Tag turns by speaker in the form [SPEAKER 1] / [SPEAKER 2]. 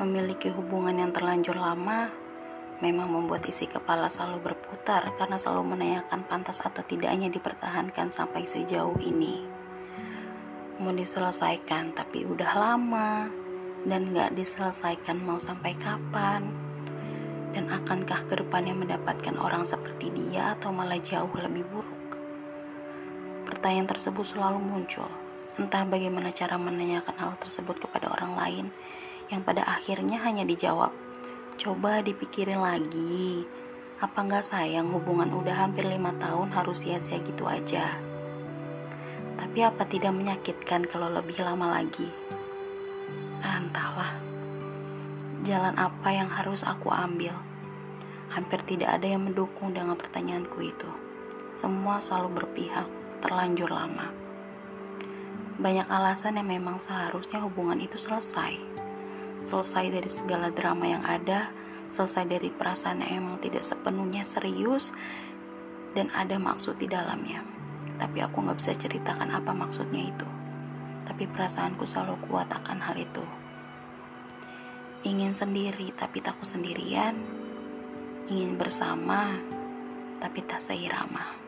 [SPEAKER 1] Memiliki hubungan yang terlanjur lama memang membuat isi kepala selalu berputar karena selalu menanyakan pantas atau tidaknya dipertahankan sampai sejauh ini. Mau diselesaikan tapi udah lama, dan gak diselesaikan mau sampai kapan? Dan akankah kedepannya mendapatkan orang seperti dia atau malah jauh lebih buruk? Pertanyaan tersebut selalu muncul. Entah bagaimana cara menanyakan hal tersebut kepada orang lain, yang pada akhirnya hanya dijawab, coba dipikirin lagi. Apa gak sayang hubungan udah hampir 5 tahun harus sia-sia gitu aja? Tapi apa tidak menyakitkan kalau lebih lama lagi? Entahlah. Jalan apa yang harus aku ambil? Hampir tidak ada yang mendukung dengan pertanyaanku itu. Semua selalu berpihak, terlanjur lama. Banyak alasan yang memang seharusnya hubungan itu selesai. Selesai dari segala drama yang ada, selesai dari perasaan yang emang tidak sepenuhnya serius dan ada maksud di dalamnya. Tapi aku gak bisa ceritakan apa maksudnya itu. Tapi perasaanku selalu kuat akan hal itu. Ingin sendiri tapi takut sendirian. Ingin bersama tapi tak seirama.